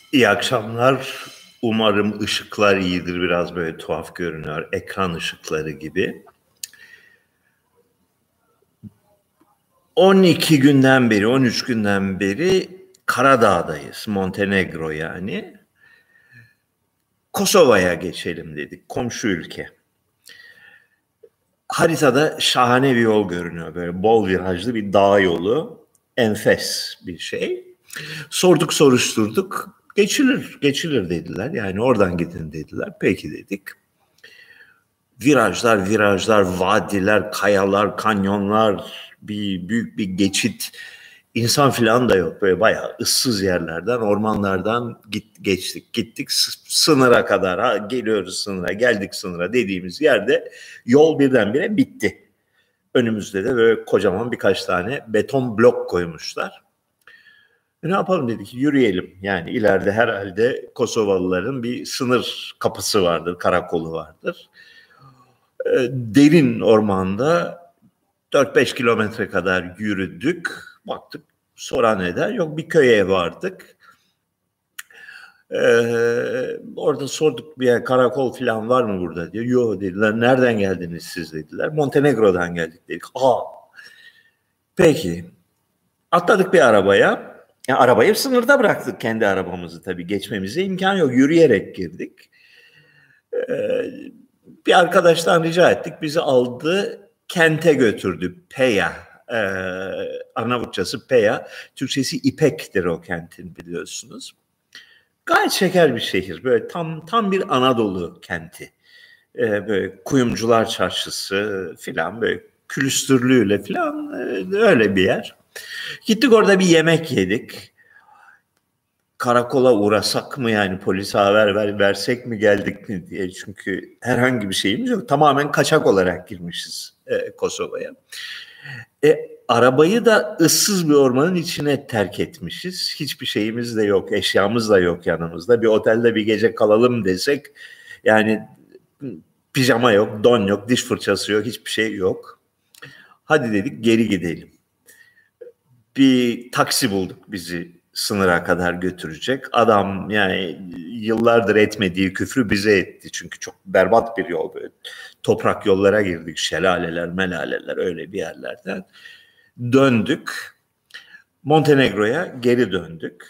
İyi akşamlar. Umarım ışıklar iyidir. Biraz böyle tuhaf görünüyor. Ekran ışıkları gibi. 12 günden beri, 13 günden beri Karadağ'dayız. Montenegro yani. Kosova'ya geçelim dedik. Komşu ülke. Haritada şahane bir yol görünüyor. Böyle bol virajlı bir dağ yolu. Enfes bir şey. Sorduk soruşturduk. Geçilir dediler. Yani oradan gidin dediler. Peki dedik. Virajlar, vadiler, kayalar, kanyonlar, büyük bir geçit. İnsan falan da yok. Böyle bayağı ıssız yerlerden, ormanlardan geçtik. Gittik sınıra kadar. Geliyoruz sınıra, geldik sınıra dediğimiz yerde yol birdenbire bitti. Önümüzde de böyle kocaman birkaç tane beton blok koymuşlar. Ne yapalım dedik, yürüyelim. Yani ileride herhalde Kosovalıların bir sınır kapısı vardır, karakolu vardır. Derin ormanda 4-5 kilometre kadar yürüdük. Baktık sonra neden? Yok, bir köye vardık. Orada sorduk, bir yer, karakol falan var mı burada diyor. Yok dediler. Nereden geldiniz siz dediler. Montenegro'dan geldik dedik. Peki. Atladık bir arabaya. Yani arabayı sınırda bıraktık, kendi arabamızı tabii, geçmemize imkan yok. Yürüyerek girdik. Bir arkadaştan rica ettik. Bizi aldı, kente götürdü. Peja. Arnavutçası Peja. Türkçesi İpek'tir o kentin, biliyorsunuz. Gayet şeker bir şehir. Böyle tam bir Anadolu kenti. Böyle kuyumcular çarşısı filan, böyle külüstürlüğüyle filan, öyle bir yer. Gittik, orada bir yemek yedik. Karakola uğrasak mı, yani polise haber versek mi, geldik mi diye. Çünkü herhangi bir şeyimiz yok. Tamamen kaçak olarak girmişiz Kosova'ya. Arabayı da ıssız bir ormanın içine terk etmişiz. Hiçbir şeyimiz de yok, eşyamız da yok yanımızda. Bir otelde bir gece kalalım desek, yani pijama yok, don yok, diş fırçası yok, hiçbir şey yok. Hadi dedik, geri gidelim. Bir taksi bulduk bizi sınıra kadar götürecek. Adam yani yıllardır etmediği küfrü bize etti. Çünkü çok berbat bir yol, böyle. Toprak yollara girdik. Şelaleler, melaleler, öyle bir yerlerden. Döndük. Montenegro'ya geri döndük.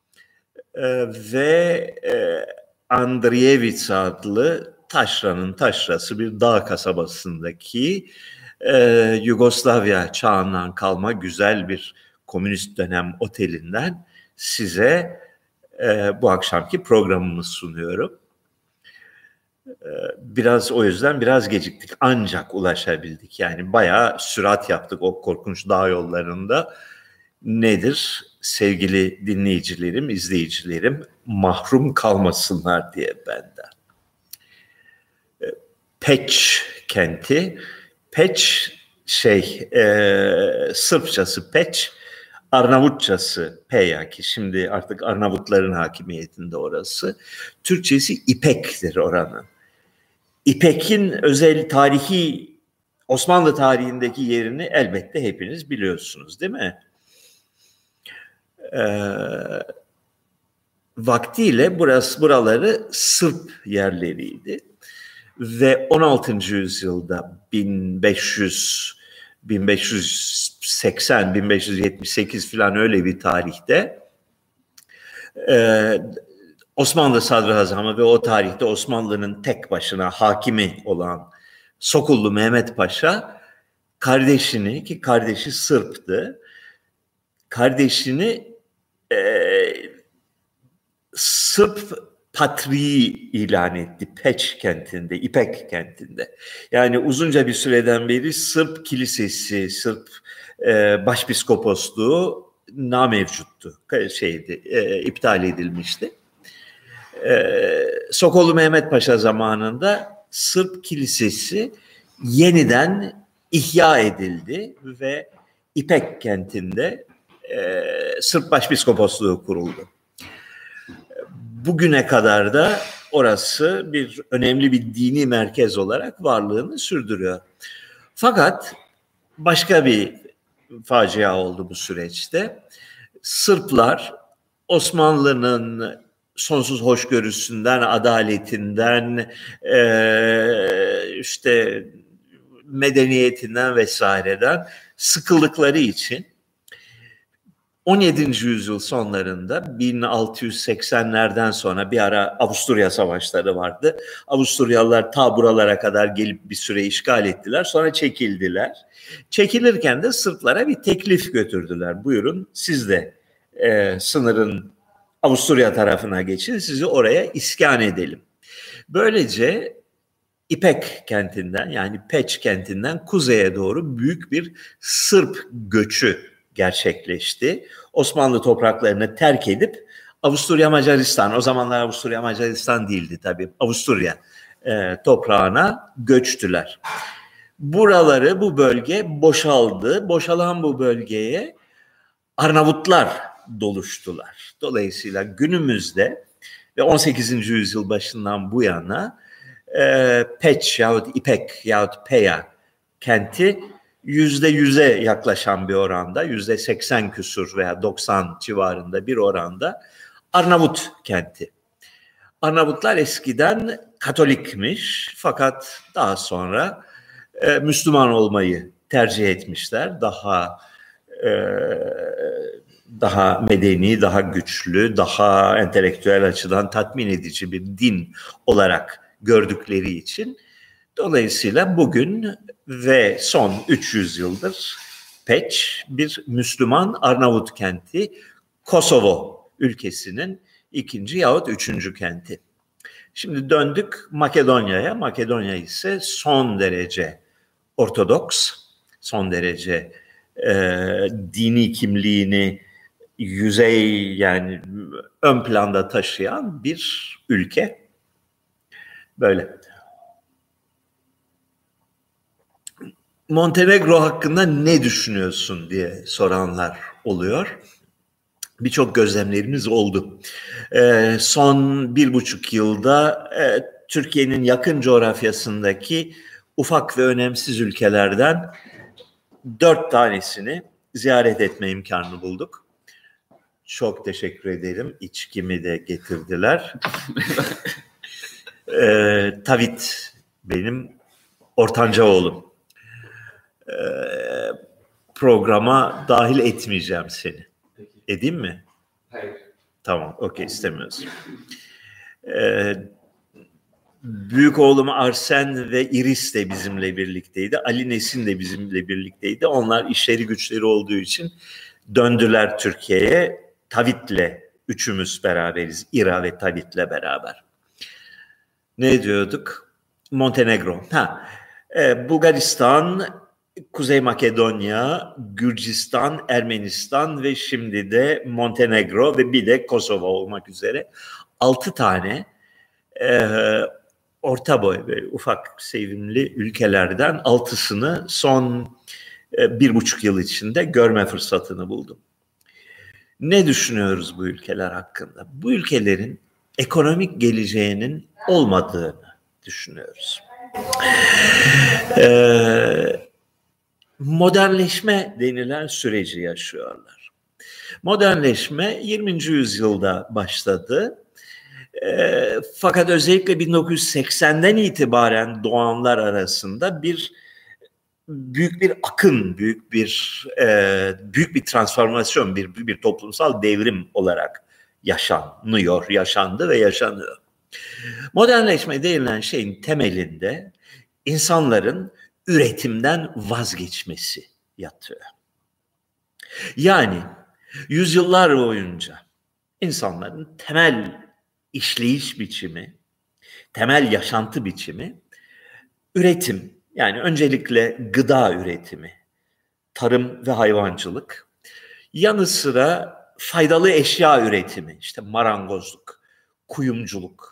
Ve Andrijevica adlı taşranın taşrası bir dağ kasabasındaki Yugoslavya çağından kalma güzel bir komünist dönem otelinden size bu akşamki programımı sunuyorum. O yüzden biraz geciktik, ancak ulaşabildik. Yani bayağı sürat yaptık o korkunç dağ yollarında. Nedir sevgili dinleyicilerim, izleyicilerim, mahrum kalmasınlar diye benden. Peç kenti. Peç Sırpçası Peç, Arnavutçası Peja, ki şimdi artık Arnavutların hakimiyetinde orası. Türkçesi İpek'tir oranın. İpek'in özel tarihi, Osmanlı tarihindeki yerini elbette hepiniz biliyorsunuz, değil mi? Vaktiyle buraları Sırp yerleriydi. Ve 16. yüzyılda 1580, 1578 falan, öyle bir tarihte Osmanlı Sadrazamı ve o tarihte Osmanlı'nın tek başına hakimi olan Sokullu Mehmet Paşa kardeşini, ki kardeşi Sırp'tı, kardeşini Sırp patriği ilan etti Peç kentinde, İpek kentinde. Yani uzunca bir süreden beri Sırp kilisesi, Sırp başpiskoposluğu namevcuttu. İptal edilmişti. Sokullu Mehmet Paşa zamanında Sırp kilisesi yeniden ihya edildi ve İpek kentinde Sırp başpiskoposluğu kuruldu. Bugüne kadar da orası önemli bir dini merkez olarak varlığını sürdürüyor. Fakat başka bir facia oldu bu süreçte. Sırplar Osmanlı'nın sonsuz hoşgörüsünden, adaletinden, işte medeniyetinden vesaireden sıkıldıkları için 17. yüzyıl sonlarında 1680'lerden sonra bir ara Avusturya savaşları vardı. Avusturyalılar ta buralara kadar gelip bir süre işgal ettiler. Sonra çekildiler. Çekilirken de Sırplara bir teklif götürdüler. Buyurun siz de sınırın Avusturya tarafına geçin, sizi oraya iskan edelim. Böylece İpek kentinden, yani Peç kentinden kuzeye doğru büyük bir Sırp göçü gerçekleşti. Osmanlı topraklarını terk edip Avusturya Macaristan, o zamanlar Avusturya Macaristan değildi tabii, Avusturya toprağına göçtüler. Buraları, bu bölge boşaldı. Boşalan bu bölgeye Arnavutlar doluştular. Dolayısıyla günümüzde ve 18. yüzyıl başından bu yana Peç yahut İpek yahut Peya kenti %100'e yaklaşan bir oranda, %80 küsur veya 90 civarında bir oranda Arnavut kenti. Arnavutlar eskiden Katolikmiş, fakat daha sonra Müslüman olmayı tercih etmişler. Daha medeni, daha güçlü, daha entelektüel açıdan tatmin edici bir din olarak gördükleri için. Dolayısıyla bugün ve son 300 yıldır Peç bir Müslüman Arnavut kenti, Kosovo ülkesinin ikinci yahut üçüncü kenti. Şimdi döndük Makedonya'ya. Makedonya ise son derece Ortodoks, son derece dini kimliğini yüzey, yani ön planda taşıyan bir ülke. Böyle. Montenegro hakkında ne düşünüyorsun diye soranlar oluyor. Birçok gözlemlerimiz oldu. Son 1,5 yılda Türkiye'nin yakın coğrafyasındaki ufak ve önemsiz ülkelerden 4 tanesini ziyaret etme imkanı bulduk. Çok teşekkür ederim. İçkimi de getirdiler. Tavit benim ortanca oğlum. Programa dahil etmeyeceğim seni. Peki. Edeyim mi? Hayır. Tamam, okey, istemiyoruz. Büyük oğlum Arsen ve Iris de bizimle birlikteydi. Ali Nesin de bizimle birlikteydi. Onlar işleri güçleri olduğu için döndüler Türkiye'ye. Tavit'le üçümüz beraberiz. İra ve Tavit'le beraber. Ne diyorduk? Montenegro. Bulgaristan, Kuzey Makedonya, Gürcistan, Ermenistan ve şimdi de Montenegro ve bir de Kosova olmak üzere 6 tane orta boy ve ufak sevimli ülkelerden 6'sını son 1,5 yıl içinde görme fırsatını buldum. Ne düşünüyoruz bu ülkeler hakkında? Bu ülkelerin ekonomik geleceğinin olmadığını düşünüyoruz. Modernleşme denilen süreci yaşıyorlar. Modernleşme 20. yüzyılda başladı. Fakat özellikle 1980'den itibaren doğanlar arasında büyük bir akın, büyük bir transformasyon, bir toplumsal devrim olarak yaşandı ve yaşanıyor. Modernleşme denilen şeyin temelinde insanların üretimden vazgeçmesi yatıyor. Yani yüzyıllar boyunca insanların temel işleyiş biçimi, temel yaşantı biçimi üretim, yani öncelikle gıda üretimi, tarım ve hayvancılık, yanı sıra faydalı eşya üretimi, işte marangozluk, kuyumculuk,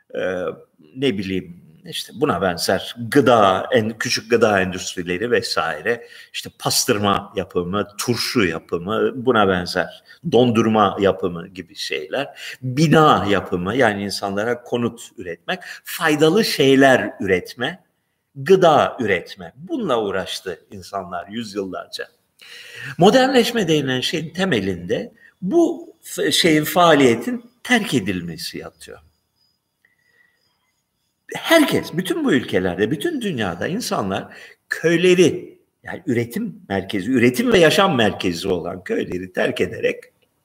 işte buna benzer küçük gıda endüstrileri vesaire, işte pastırma yapımı, turşu yapımı, buna benzer dondurma yapımı gibi şeyler, bina yapımı, yani insanlara konut üretmek, faydalı şeyler üretme, gıda üretme. Bununla uğraştı insanlar yüzyıllarca. Modernleşme denilen şeyin temelinde bu faaliyetin terk edilmesi yatıyor. Herkes, bütün bu ülkelerde, bütün dünyada insanlar köyleri, yani üretim merkezi, üretim ve yaşam merkezi olan köyleri terk ederek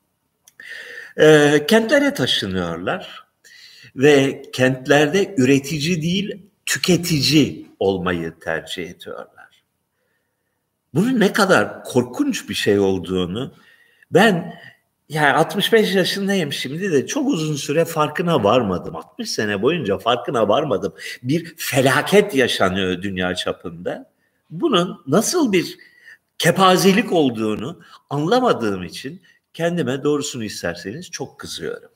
kentlere taşınıyorlar ve kentlerde üretici değil, tüketici olmayı tercih ediyorlar. Bunun ne kadar korkunç bir şey olduğunu ben, yani 65 yaşındayım şimdi de, çok uzun süre farkına varmadım. 60 sene boyunca farkına varmadım. Bir felaket yaşanıyor dünya çapında. Bunun nasıl bir kepazelik olduğunu anlamadığım için kendime, doğrusunu isterseniz, çok kızıyorum.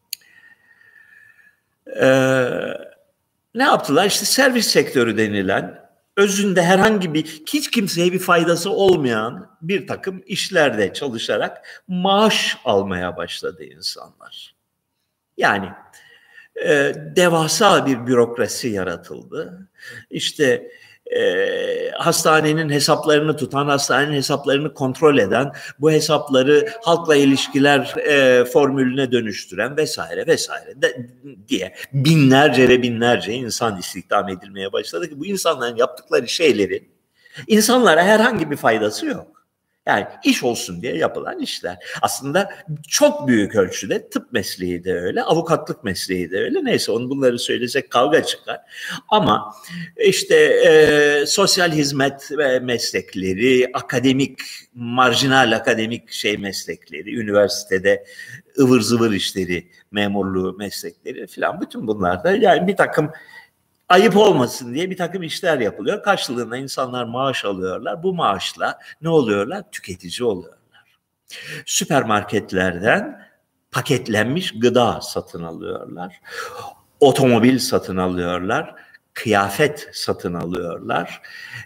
Ne yaptılar? İşte servis sektörü denilen, özünde herhangi bir, hiç kimseye bir faydası olmayan bir takım işlerde çalışarak maaş almaya başladı insanlar. Yani devasa bir bürokrasi yaratıldı. İşte hastanenin hesaplarını tutan, hastanenin hesaplarını kontrol eden, bu hesapları halkla ilişkiler formülüne dönüştüren vesaire vesaire diye binlerce ve binlerce insan istihdam edilmeye başladı ki bu insanların yaptıkları şeylerin insanlara herhangi bir faydası yok. Yani iş olsun diye yapılan işler. Aslında çok büyük ölçüde tıp mesleği de öyle, avukatlık mesleği de öyle. Neyse, bunları söylesek kavga çıkar. Ama işte sosyal hizmet meslekleri, akademik, marjinal akademik meslekleri, üniversitede ıvır zıvır işleri, memurluğu meslekleri falan, bütün bunlarda yani bir takım, ayıp olmasın diye bir takım işler yapılıyor. Karşılığında insanlar maaş alıyorlar. Bu maaşla ne oluyorlar? Tüketici oluyorlar. Süpermarketlerden paketlenmiş gıda satın alıyorlar. Otomobil satın alıyorlar. Kıyafet satın alıyorlar.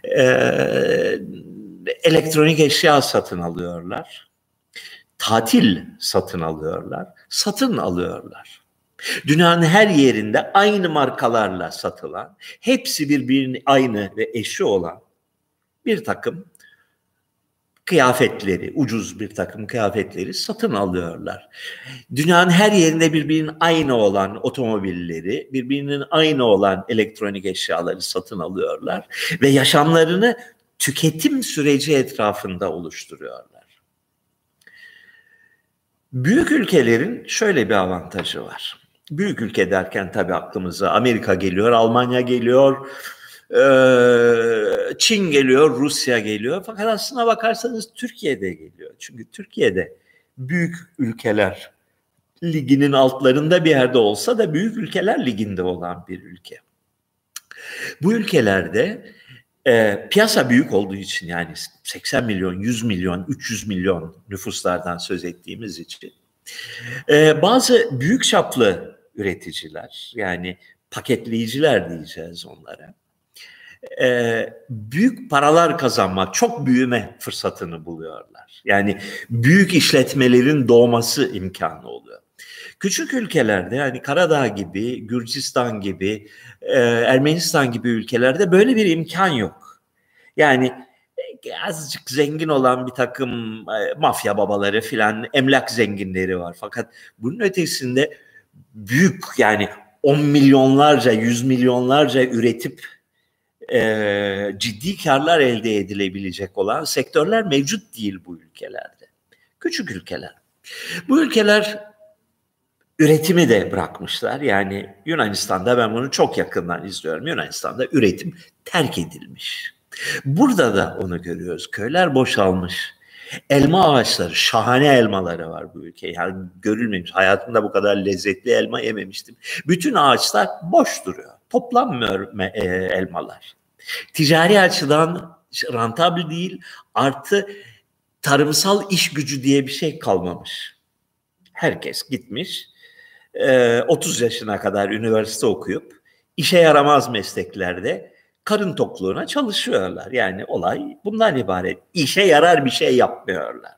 Elektronik eşya satın alıyorlar. Tatil satın alıyorlar. Satın alıyorlar. Dünyanın her yerinde aynı markalarla satılan, hepsi birbirinin aynı ve eşi olan bir takım kıyafetleri, ucuz bir takım kıyafetleri satın alıyorlar. Dünyanın her yerinde birbirinin aynı olan otomobilleri, birbirinin aynı olan elektronik eşyaları satın alıyorlar ve yaşamlarını tüketim süreci etrafında oluşturuyorlar. Büyük ülkelerin şöyle bir avantajı var. Büyük ülke derken tabii aklımıza Amerika geliyor, Almanya geliyor, Çin geliyor, Rusya geliyor. Fakat aslına bakarsanız Türkiye'de geliyor. Çünkü Türkiye'de büyük ülkeler liginin altlarında bir yerde olsa da büyük ülkeler liginde olan bir ülke. Bu ülkelerde piyasa büyük olduğu için, yani 80 milyon, 100 milyon, 300 milyon nüfuslardan söz ettiğimiz için bazı büyük çaplı üreticiler, yani paketleyiciler diyeceğiz onlara, büyük paralar kazanmak, çok büyüme fırsatını buluyorlar. Yani büyük işletmelerin doğması imkanı oluyor. Küçük ülkelerde, yani Karadağ gibi, Gürcistan gibi, Ermenistan gibi ülkelerde böyle bir imkan yok. Yani azıcık zengin olan bir takım mafya babaları filan, emlak zenginleri var. Fakat bunun ötesinde büyük, yani 10 milyonlarca, 100 milyonlarca üretip ciddi karlar elde edilebilecek olan sektörler mevcut değil bu ülkelerde. Küçük ülkeler. Bu ülkeler üretimi de bırakmışlar. Yani Yunanistan'da ben bunu çok yakından izliyorum. Yunanistan'da üretim terk edilmiş. Burada da onu görüyoruz. Köyler boşalmış. Elma ağaçları, şahane elmaları var bu ülkeye. Yani görülmemiş. Hayatımda bu kadar lezzetli elma yememiştim. Bütün ağaçlar boş duruyor. Toplanmıyor elmalar. Ticari açıdan rentable değil, artı tarımsal iş gücü diye bir şey kalmamış. Herkes gitmiş, 30 yaşına kadar üniversite okuyup işe yaramaz mesleklerde karın tokluğuna çalışıyorlar. Yani olay bundan ibaret. İşe yarar bir şey yapmıyorlar.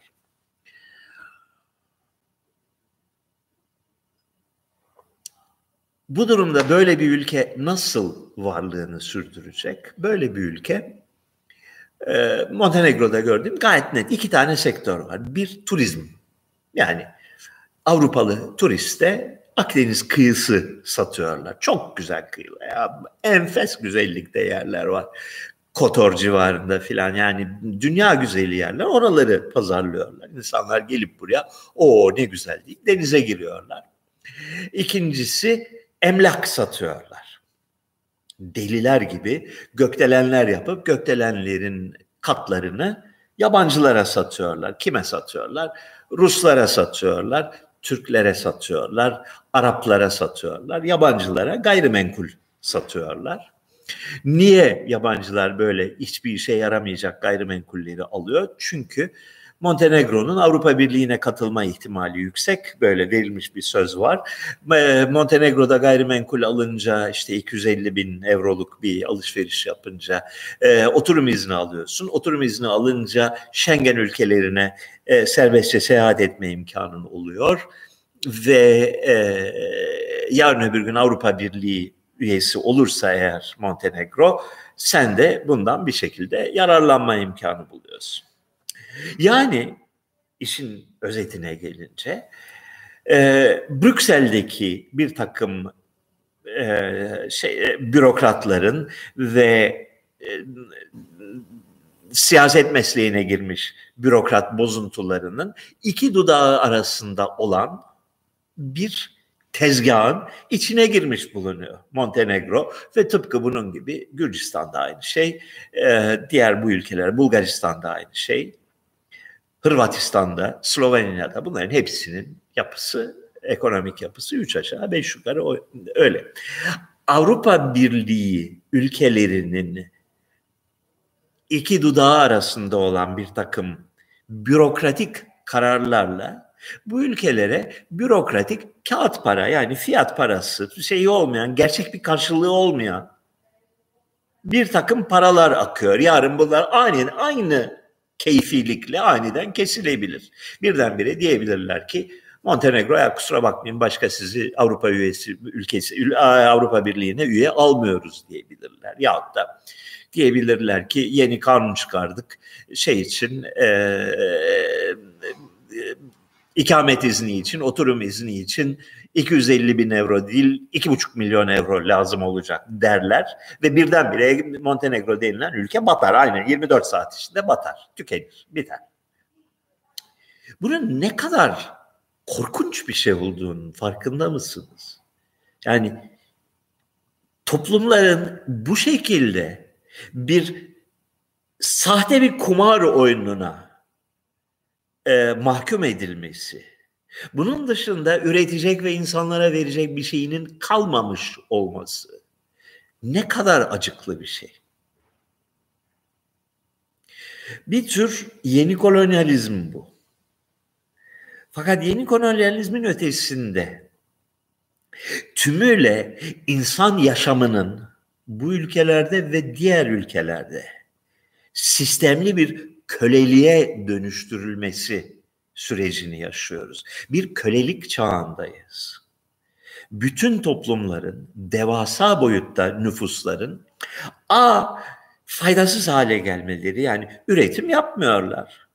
Bu durumda böyle bir ülke nasıl varlığını sürdürecek? Böyle bir ülke, Montenegro'da gördüğüm gayet net 2 tane sektör var. Bir, turizm. Yani Avrupalı turiste Akdeniz kıyısı satıyorlar. Çok güzel kıyılar. Ya, enfes güzellikte yerler var. Kotor civarında filan, yani dünya güzeli yerler. Oraları pazarlıyorlar. İnsanlar gelip buraya o ne güzel deyip denize giriyorlar. İkincisi, emlak satıyorlar. Deliler gibi gökdelenler yapıp gökdelenlerin katlarını yabancılara satıyorlar. Kime satıyorlar? Ruslara satıyorlar, Türklere satıyorlar, Araplara satıyorlar, yabancılara gayrimenkul satıyorlar. Niye yabancılar böyle hiçbir işe yaramayacak gayrimenkulleri alıyor? Çünkü Montenegro'nun Avrupa Birliği'ne katılma ihtimali yüksek. Böyle verilmiş bir söz var. Montenegro'da gayrimenkul alınca, işte 250 bin euroluk bir alışveriş yapınca oturum izni alıyorsun. Oturum izni alınca Schengen ülkelerine serbestçe seyahat etme imkanın oluyor. Ve yarın öbür gün Avrupa Birliği üyesi olursa eğer Montenegro, sen de bundan bir şekilde yararlanma imkanı buluyorsun. Yani işin özetine gelince Brüksel'deki bir takım bürokratların ve siyaset mesleğine girmiş bürokrat bozuntularının iki dudağı arasında olan bir tezgahın içine girmiş bulunuyor Montenegro ve tıpkı bunun gibi Gürcistan'da aynı şey, diğer bu ülkeler, Bulgaristan'da aynı şey, Hırvatistan'da, Slovenya'da, bunların hepsinin yapısı, ekonomik yapısı 3 aşağı 5 yukarı öyle. Avrupa Birliği ülkelerinin iki dudağı arasında olan bir takım bürokratik kararlarla bu ülkelere bürokratik kağıt para, yani fiyat parası şeyi olmayan, gerçek bir karşılığı olmayan bir takım paralar akıyor. Yarın bunlar aynı keyfilikle aniden kesilebilir. Birdenbire diyebilirler ki Montenegro, ya kusura bakmayın, başka sizi Avrupa ülkesi Avrupa Birliği'ne üye almıyoruz diyebilirler. Yahut da diyebilirler ki yeni kanun çıkardık şey için, ikamet izni için, oturum izni için 250 bin euro değil 2,5 milyon euro lazım olacak derler ve birdenbire Montenegro denilen ülke batar. Aynen 24 saat içinde batar, tükenir, biter. Bunun ne kadar korkunç bir şey olduğunun farkında mısınız? Yani toplumların bu şekilde bir sahte bir kumar oyununa mahkum edilmesi, bunun dışında üretecek ve insanlara verecek bir şeyinin kalmamış olması ne kadar acıklı bir şey. Bir tür yeni kolonyalizm bu. Fakat yeni kolonyalizmin ötesinde tümüyle insan yaşamının bu ülkelerde ve diğer ülkelerde sistemli bir köleliğe dönüştürülmesi sürecini yaşıyoruz. Bir kölelik çağındayız. Bütün toplumların, devasa boyutta nüfusların faydasız hale gelmeleri, yani üretim yapmıyorlar.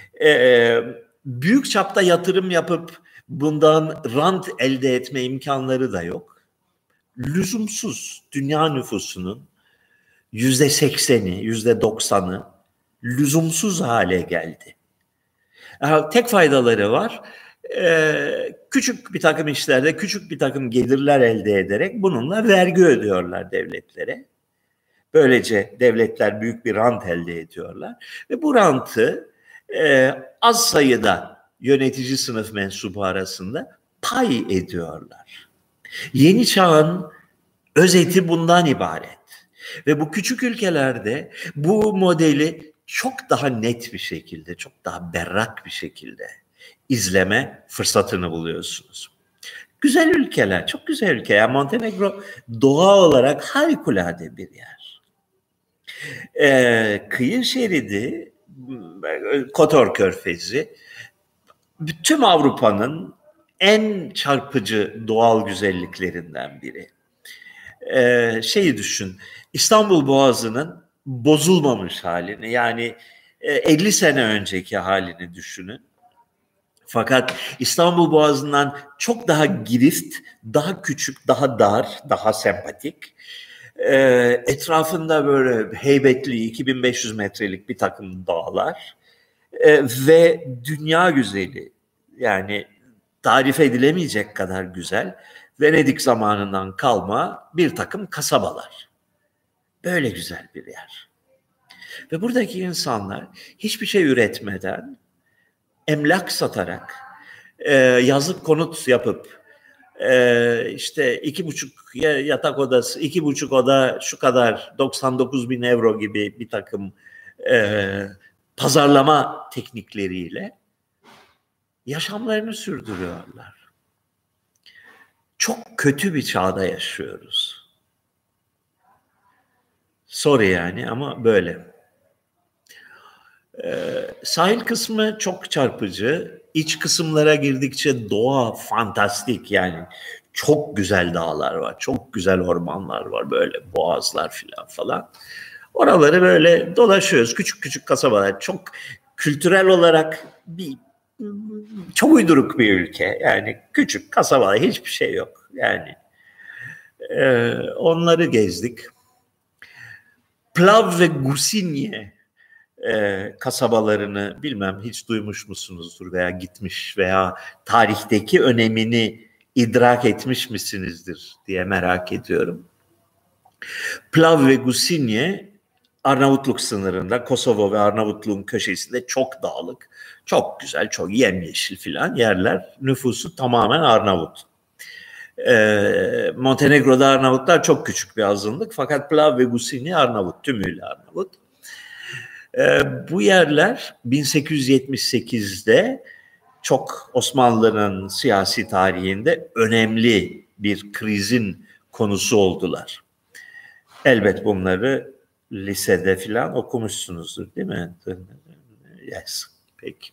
Büyük çapta yatırım yapıp bundan rant elde etme imkanları da yok. Lüzumsuz, dünya nüfusunun %80'i, %90'ı lüzumsuz hale geldi. Tek faydaları var. Küçük bir takım işlerde küçük bir takım gelirler elde ederek bununla vergi ödüyorlar devletlere. Böylece devletler büyük bir rant elde ediyorlar ve bu rantı az sayıda yönetici sınıf mensubu arasında pay ediyorlar. Yeni çağın özeti bundan ibaret. Ve bu küçük ülkelerde bu modeli çok daha net bir şekilde, çok daha berrak bir şekilde izleme fırsatını buluyorsunuz. Güzel ülkeler, çok güzel ülke. Yani Montenegro doğa olarak harikulade bir yer. Kıyı şeridi, Kotor Körfezi, tüm Avrupa'nın en çarpıcı doğal güzelliklerinden biri. Şeyi düşün, İstanbul Boğazı'nın bozulmamış halini, yani 50 sene önceki halini düşünün. Fakat İstanbul Boğazı'ndan çok daha girift, daha küçük, daha dar, daha sempatik. Etrafında böyle heybetli 2500 metrelik bir takım dağlar ve dünya güzeli, yani tarif edilemeyecek kadar güzel Venedik zamanından kalma bir takım kasabalar. Böyle güzel bir yer. Ve buradaki insanlar hiçbir şey üretmeden, emlak satarak, yazlık konut yapıp, işte 2,5 yatak odası, 2,5 oda şu kadar 99.000 euro gibi bir takım pazarlama teknikleriyle yaşamlarını sürdürüyorlar. Çok kötü bir çağda yaşıyoruz. Sorry yani ama böyle. Sahil kısmı çok çarpıcı. İç kısımlara girdikçe doğa fantastik, yani çok güzel dağlar var, çok güzel ormanlar var, böyle boğazlar falan. Oraları böyle dolaşıyoruz. Küçük küçük kasabalar. Çok kültürel olarak çok uyduruk bir ülke. Yani küçük kasabalar, hiçbir şey yok. Yani onları gezdik. Plav ve Gusinye kasabalarını bilmem hiç duymuş musunuzdur veya gitmiş veya tarihteki önemini idrak etmiş misinizdir diye merak ediyorum. Plav ve Gusinye Arnavutluk sınırında, Kosova ve Arnavutluğun köşesinde, çok dağlık, çok güzel, çok yemyeşil filan yerler. Nüfusu tamamen Arnavut. Montenegro'da Arnavutlar çok küçük bir azınlık, fakat Plav ve Gusinye Arnavut, tümüyle Arnavut. Bu yerler 1878'de çok Osmanlı'nın siyasi tarihinde önemli bir krizin konusu oldular. Elbet bunları lisede filan okumuşsunuzdur değil mi? Yes, peki.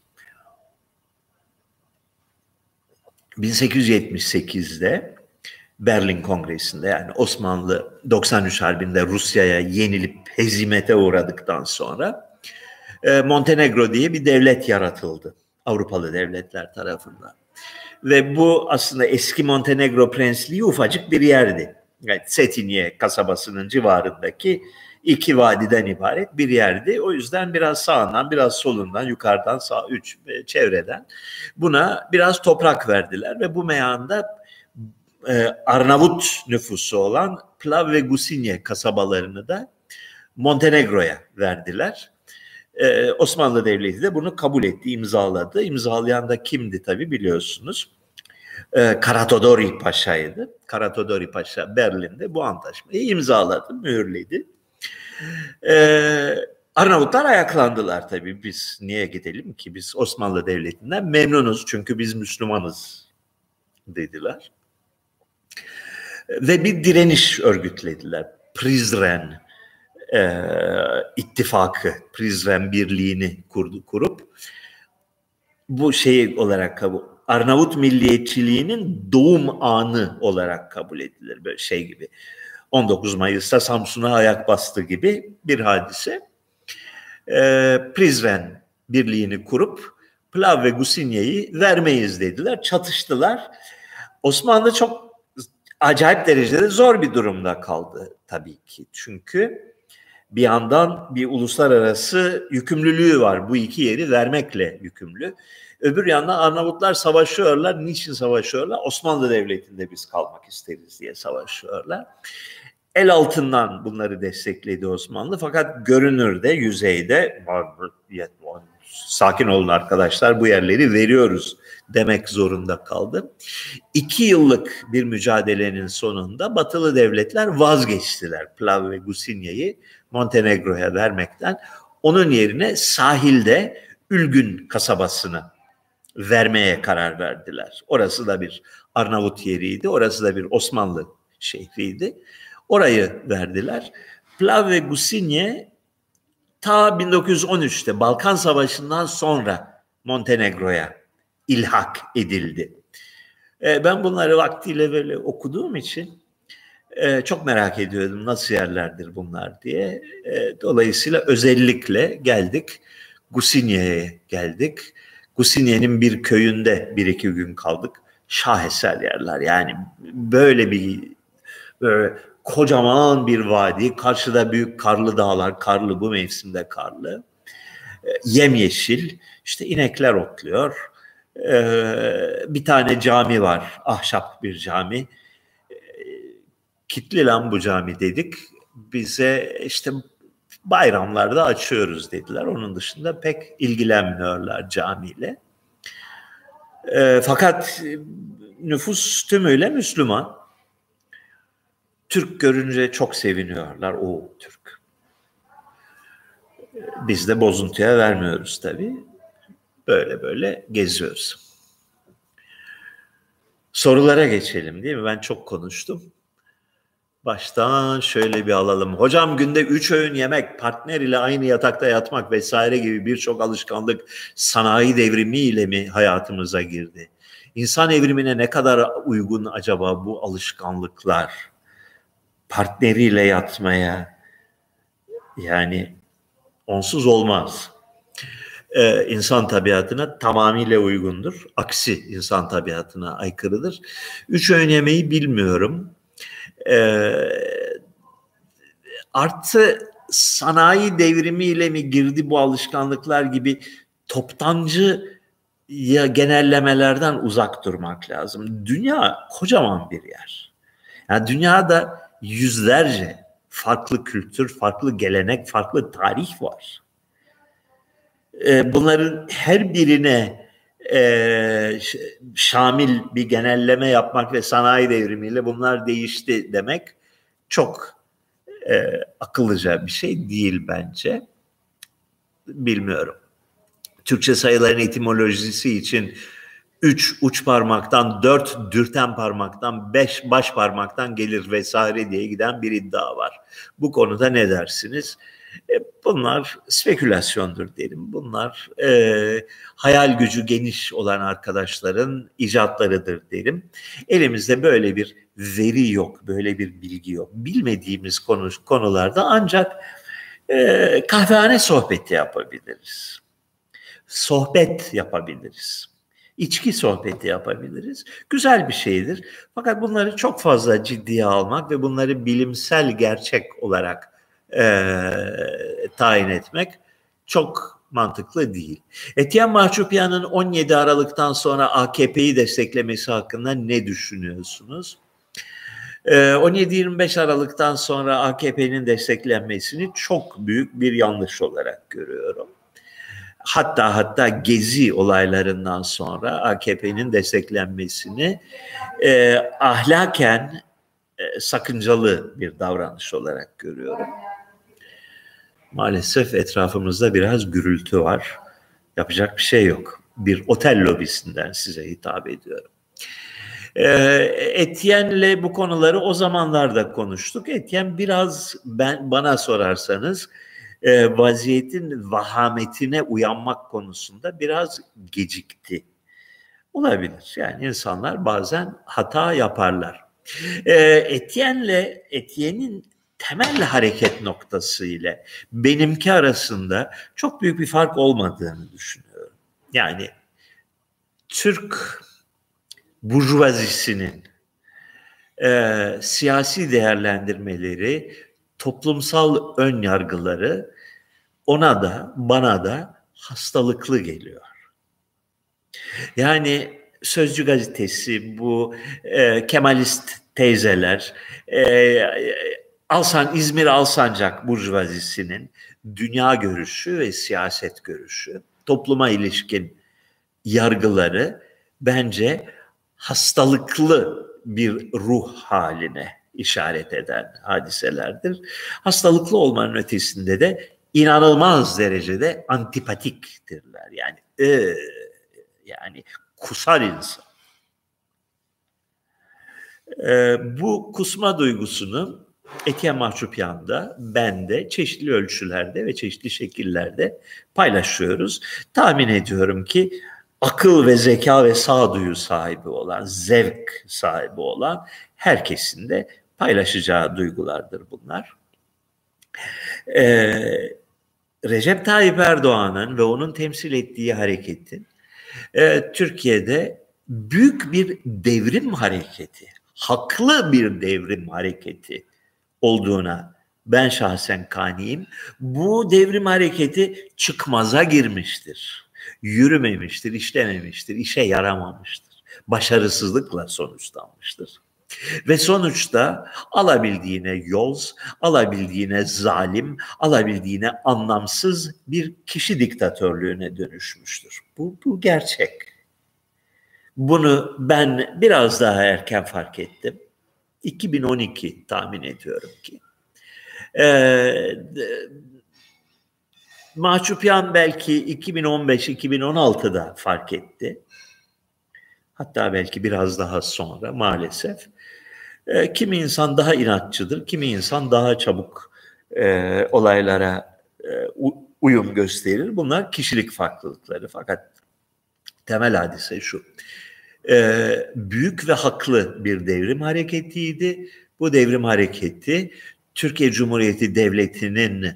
1878'de Berlin Kongresi'nde, yani Osmanlı 93 Harbi'nde Rusya'ya yenilip hezimete uğradıktan sonra Montenegro diye bir devlet yaratıldı Avrupalı devletler tarafından. Ve bu aslında eski Montenegro Prensliği ufacık bir yerdi. Yani Cetinje kasabasının civarındaki 2 vadiden ibaret bir yerdi. O yüzden biraz sağından, biraz solundan, yukarıdan sağ 3 çevreden buna biraz toprak verdiler ve bu meyanda Arnavut nüfusu olan Plav ve Gusinje kasabalarını da Montenegro'ya verdiler. Osmanlı Devleti de bunu kabul etti, imzaladı. İmzalayan da kimdi tabii biliyorsunuz. Karatodori Paşa'ydı. Karatodori Paşa Berlin'de bu antlaşmayı imzaladı, mühürledi. Arnavutlar ayaklandılar tabii. Biz niye gidelim ki? Biz Osmanlı Devleti'nden memnunuz çünkü biz Müslümanız dediler. Ve bir direniş örgütlediler. Prizren ittifakı, Prizren birliğini kurup bu şey olarak kabul, Arnavut milliyetçiliğinin doğum anı olarak kabul edilir. Böyle şey gibi. 19 Mayıs'ta Samsun'a ayak bastı gibi bir hadise. Prizren birliğini kurup Plav ve Gusinye'yi vermeyiz dediler. Çatıştılar. Osmanlı çok acayip derecede zor bir durumda kaldı tabii ki. Çünkü bir yandan bir uluslararası yükümlülüğü var. Bu iki yeri vermekle yükümlü. Öbür yandan Arnavutlar savaşıyorlar. Niçin savaşıyorlar? Osmanlı Devleti'nde biz kalmak isteriz diye savaşıyorlar. El altından bunları destekledi Osmanlı. Fakat görünürde, yüzeyde sakin olun arkadaşlar, bu yerleri veriyoruz demek zorunda kaldı. 2 yıllık bir mücadelenin sonunda Batılı devletler vazgeçtiler Plav ve Gusinye'yi Montenegro'ya vermekten. Onun yerine sahilde Ülgün kasabasını vermeye karar verdiler. Orası da bir Arnavut yeriydi, orası da bir Osmanlı şehriydi. Orayı verdiler. Plav ve Gusinye ta 1913'te Balkan Savaşı'ndan sonra Montenegro'ya ilhak edildi. Ben bunları vaktiyle böyle okuduğum için çok merak ediyordum nasıl yerlerdir bunlar diye. Dolayısıyla özellikle geldik, Gusinye'ye geldik. Husiniye'nin bir köyünde 1-2 gün kaldık. Şaheser yerler. Yani böyle kocaman bir vadi. Karşıda büyük karlı dağlar. Karlı, bu mevsimde karlı. Yemyeşil. İşte inekler otluyor. Bir tane cami var. Ahşap bir cami. Kitli lan bu cami dedik. Bize işte bayramlarda açıyoruz dediler. Onun dışında pek ilgilenmiyorlar camiyle. Fakat nüfus tümüyle Müslüman. Türk görünce çok seviniyorlar. O Türk. Biz de bozuntuya vermiyoruz tabii. Böyle böyle geziyoruz. Sorulara geçelim değil mi? Ben çok konuştum. Baştan şöyle bir alalım. Hocam günde 3 öğün yemek, partner ile aynı yatakta yatmak vesaire gibi birçok alışkanlık sanayi devrimiyle mi hayatımıza girdi? İnsan evrimine ne kadar uygun acaba bu alışkanlıklar? Partneriyle yatmaya, yani onsuz olmaz. İnsan tabiatına tamamıyla uygundur. Aksi insan tabiatına aykırıdır. 3 öğün yemeği bilmiyorum. Artı sanayi devrimiyle mi girdi bu alışkanlıklar gibi toptancı ya genellemelerden uzak durmak lazım. Dünya kocaman bir yer. Yani dünyada yüzlerce farklı kültür, farklı gelenek, farklı tarih var. Bunların her birine şamil bir genelleme yapmak ve sanayi devrimiyle bunlar değişti demek çok akıllıca bir şey değil bence. Bilmiyorum. Türkçe sayıların etimolojisi için 3 uç parmaktan, 4 dürten parmaktan, 5 baş parmaktan gelir vesaire diye giden bir iddia var. Bu konuda ne dersiniz? Bunlar spekülasyondur diyelim. Bunlar hayal gücü geniş olan arkadaşların icatlarıdır diyelim. Elimizde böyle bir veri yok, böyle bir bilgi yok. Bilmediğimiz konularda ancak kahvehane sohbeti yapabiliriz. Sohbet yapabiliriz. İçki sohbeti yapabiliriz. Güzel bir şeydir. Fakat bunları çok fazla ciddiye almak ve bunları bilimsel gerçek olarak tayin etmek çok mantıklı değil. Etienne Mahçupyan'ın 17 Aralık'tan sonra AKP'yi desteklemesi hakkında ne düşünüyorsunuz? 17-25 Aralık'tan sonra AKP'nin desteklenmesini çok büyük bir yanlış olarak görüyorum. Hatta Gezi olaylarından sonra AKP'nin desteklenmesini ahlaken sakıncalı bir davranış olarak görüyorum. Maalesef etrafımızda biraz gürültü var. Yapacak bir şey yok. Bir otel lobisinden size hitap ediyorum. Etienne'le bu konuları o zamanlarda konuştuk. Etienne biraz bana sorarsanız vaziyetin vahametine uyanmak konusunda biraz gecikti. Olabilir. Yani insanlar bazen hata yaparlar. Etienne'in temel hareket noktası ile benimki arasında çok büyük bir fark olmadığını düşünüyorum. Yani Türk burjuvazisinin siyasi değerlendirmeleri, toplumsal ön yargıları ona da bana da hastalıklı geliyor. Yani Sözcü gazetesi, bu Kemalist teyzeler, İzmir Alsancak burjuvazisinin dünya görüşü ve siyaset görüşü, topluma ilişkin yargıları bence hastalıklı bir ruh haline işaret eden hadiselerdir. Hastalıklı olmanın ötesinde de inanılmaz derecede antipatiktirler. Yani kusar insan. Bu kusma duygusunu Etienne Mahçupyan'da, bende çeşitli ölçülerde ve çeşitli şekillerde paylaşıyoruz. Tahmin ediyorum ki akıl ve zeka ve sağduyu sahibi olan, zevk sahibi olan herkesin de paylaşacağı duygulardır bunlar. Recep Tayyip Erdoğan'ın ve onun temsil ettiği hareketin Türkiye'de büyük bir devrim hareketi, haklı bir devrim hareketi olduğuna ben şahsen kaniyim. Bu devrim hareketi çıkmaza girmiştir, yürümemiştir, işlememiştir, işe yaramamıştır. Başarısızlıkla sonuçlanmıştır. Ve sonuçta alabildiğine yoz, alabildiğine zalim, alabildiğine anlamsız bir kişi diktatörlüğüne dönüşmüştür. Bu gerçek. Bunu ben biraz daha erken fark ettim. 2012 tahmin ediyorum ki. Mahçupyan belki 2015-2016'da fark etti. Hatta belki biraz daha sonra maalesef. Kimi insan daha inatçıdır, kimi insan daha çabuk olaylara uyum gösterir. Bunlar kişilik farklılıkları. Fakat temel hadise şu. Büyük ve haklı bir devrim hareketiydi. Bu devrim hareketi Türkiye Cumhuriyeti Devleti'nin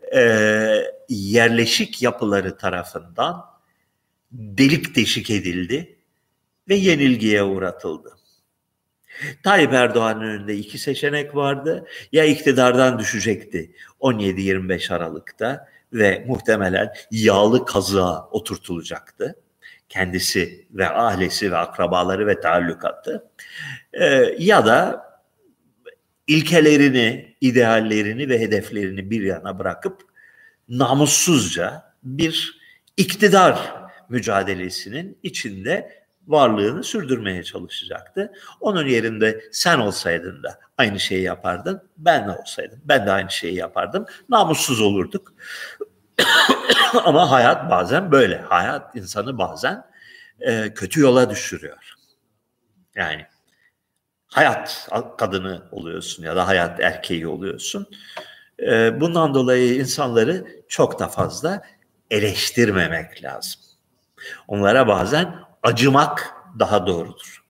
yerleşik yapıları tarafından delik deşik edildi ve yenilgiye uğratıldı. Tayyip Erdoğan'ın önünde iki seçenek vardı. Ya iktidardan düşecekti 17-25 Aralık'ta ve muhtemelen yağlı kazığa oturtulacaktı. Kendisi ve ailesi ve akrabaları ve taallukatı. Ya da ilkelerini, ideallerini ve hedeflerini bir yana bırakıp namussuzca bir iktidar mücadelesinin içinde varlığını sürdürmeye çalışacaktı. Onun yerinde sen olsaydın da aynı şeyi yapardın, ben de olsaydım ben de aynı şeyi yapardım. Namussuz olurduk. Ama hayat bazen böyle. Hayat insanı bazen kötü yola düşürüyor. Yani hayat kadını oluyorsun ya da hayat erkeği oluyorsun. Bundan dolayı insanları çok da fazla eleştirmemek lazım. Onlara bazen acımak daha doğrudur.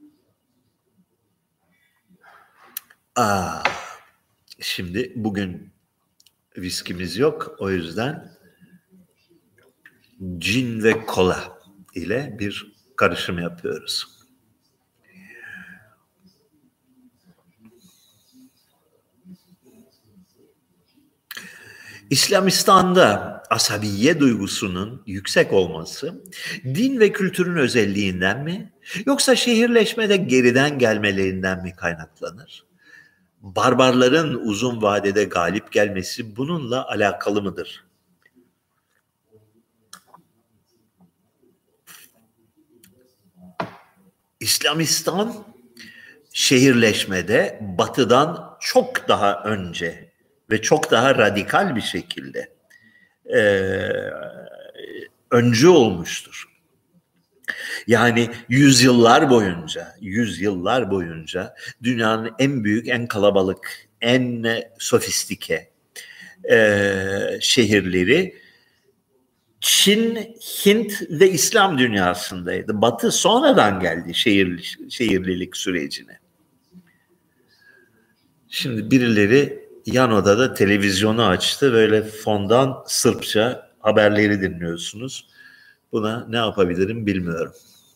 Şimdi bugün viskimiz yok. O yüzden cin ve kola ile bir karışım yapıyoruz. İslamistan'da asabiye duygusunun yüksek olması din ve kültürün özelliğinden mi yoksa şehirleşmede geriden gelmelerinden mi kaynaklanır? Barbarların uzun vadede galip gelmesi bununla alakalı mıdır? İslamistan şehirleşmede batıdan çok daha önce ve çok daha radikal bir şekilde öncü olmuştur. Yani yüzyıllar boyunca dünyanın en büyük, en kalabalık, en sofistike şehirleri Çin, Hint ve İslam dünyasındaydı. Batı sonradan geldi şehirlilik sürecine. Şimdi birileri yan odada televizyonu açtı. Böyle fondan Sırpça haberleri dinliyorsunuz. Buna ne yapabilirim bilmiyorum.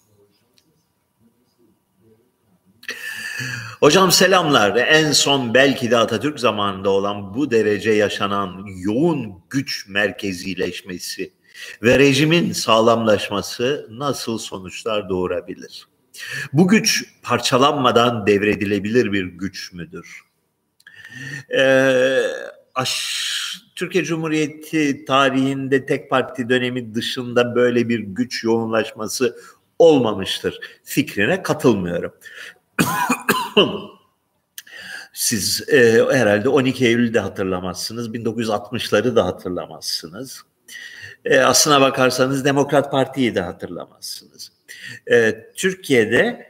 Hocam selamlar. En son belki de Atatürk zamanında olan bu derece yaşanan yoğun güç merkezileşmesi ve rejimin sağlamlaşması nasıl sonuçlar doğurabilir? Bu güç parçalanmadan devredilebilir bir güç müdür? Türkiye Cumhuriyeti tarihinde tek parti dönemi dışında böyle bir güç yoğunlaşması olmamıştır fikrine katılmıyorum. Siz herhalde 12 Eylül'de hatırlamazsınız, 1960'ları da hatırlamazsınız. Aslına bakarsanız Demokrat Parti'yi de hatırlamazsınız. Türkiye'de